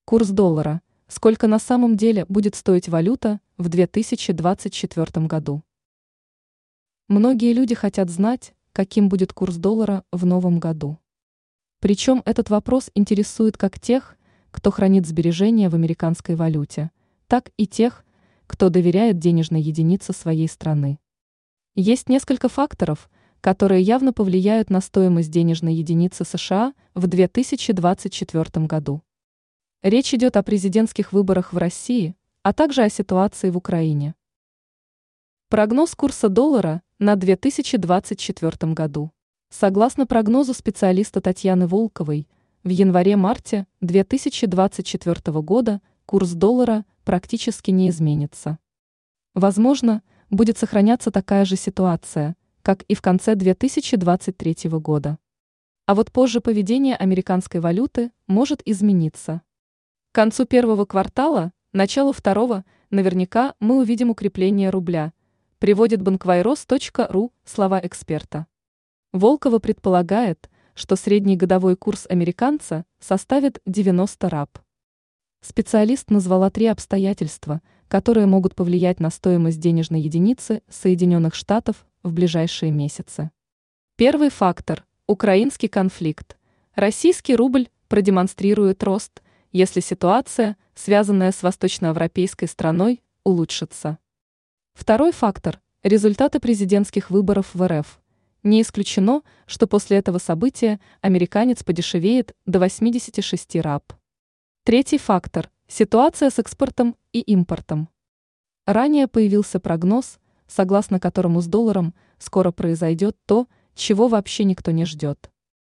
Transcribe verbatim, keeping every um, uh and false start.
Курс доллара. Сколько на самом деле будет стоить валюта в две тысячи двадцать четвёртом году? Многие люди хотят знать, каким будет курс доллара в новом году. Причем этот вопрос интересует как тех, кто хранит сбережения в американской валюте, так и тех, кто доверяет денежной единице своей страны. Есть несколько факторов, которые явно повлияют на стоимость денежной единицы США в две тысячи двадцать четвёртом году. Речь идет о президентских выборах в России, а также о ситуации в Украине. Прогноз курса доллара на две тысячи двадцать четвёртом году. Согласно прогнозу специалиста Татьяны Волковой, в январе-марте две тысячи двадцать четвёртого года курс доллара практически не изменится. Возможно, будет сохраняться такая же ситуация, как и в конце две тысячи двадцать третьего года. А вот позже поведение американской валюты может измениться. К концу первого квартала, началу второго, наверняка мы увидим укрепление рубля, приводит банквайрос точка ру слова эксперта. Волкова предполагает, что средний годовой курс американца составит девяносто раб. Специалист назвала три обстоятельства, которые могут повлиять на стоимость денежной единицы Соединенных Штатов в ближайшие месяцы. Первый фактор – украинский конфликт. Российский рубль продемонстрирует рост, если ситуация, связанная с восточноевропейской страной, улучшится. Второй фактор – результаты президентских выборов в эр эф. Не исключено, что после этого события американец подешевеет до восьмидесяти шести раб. Третий фактор – ситуация с экспортом и импортом. Ранее появился прогноз, согласно которому с долларом скоро произойдет то, чего вообще никто не ждет.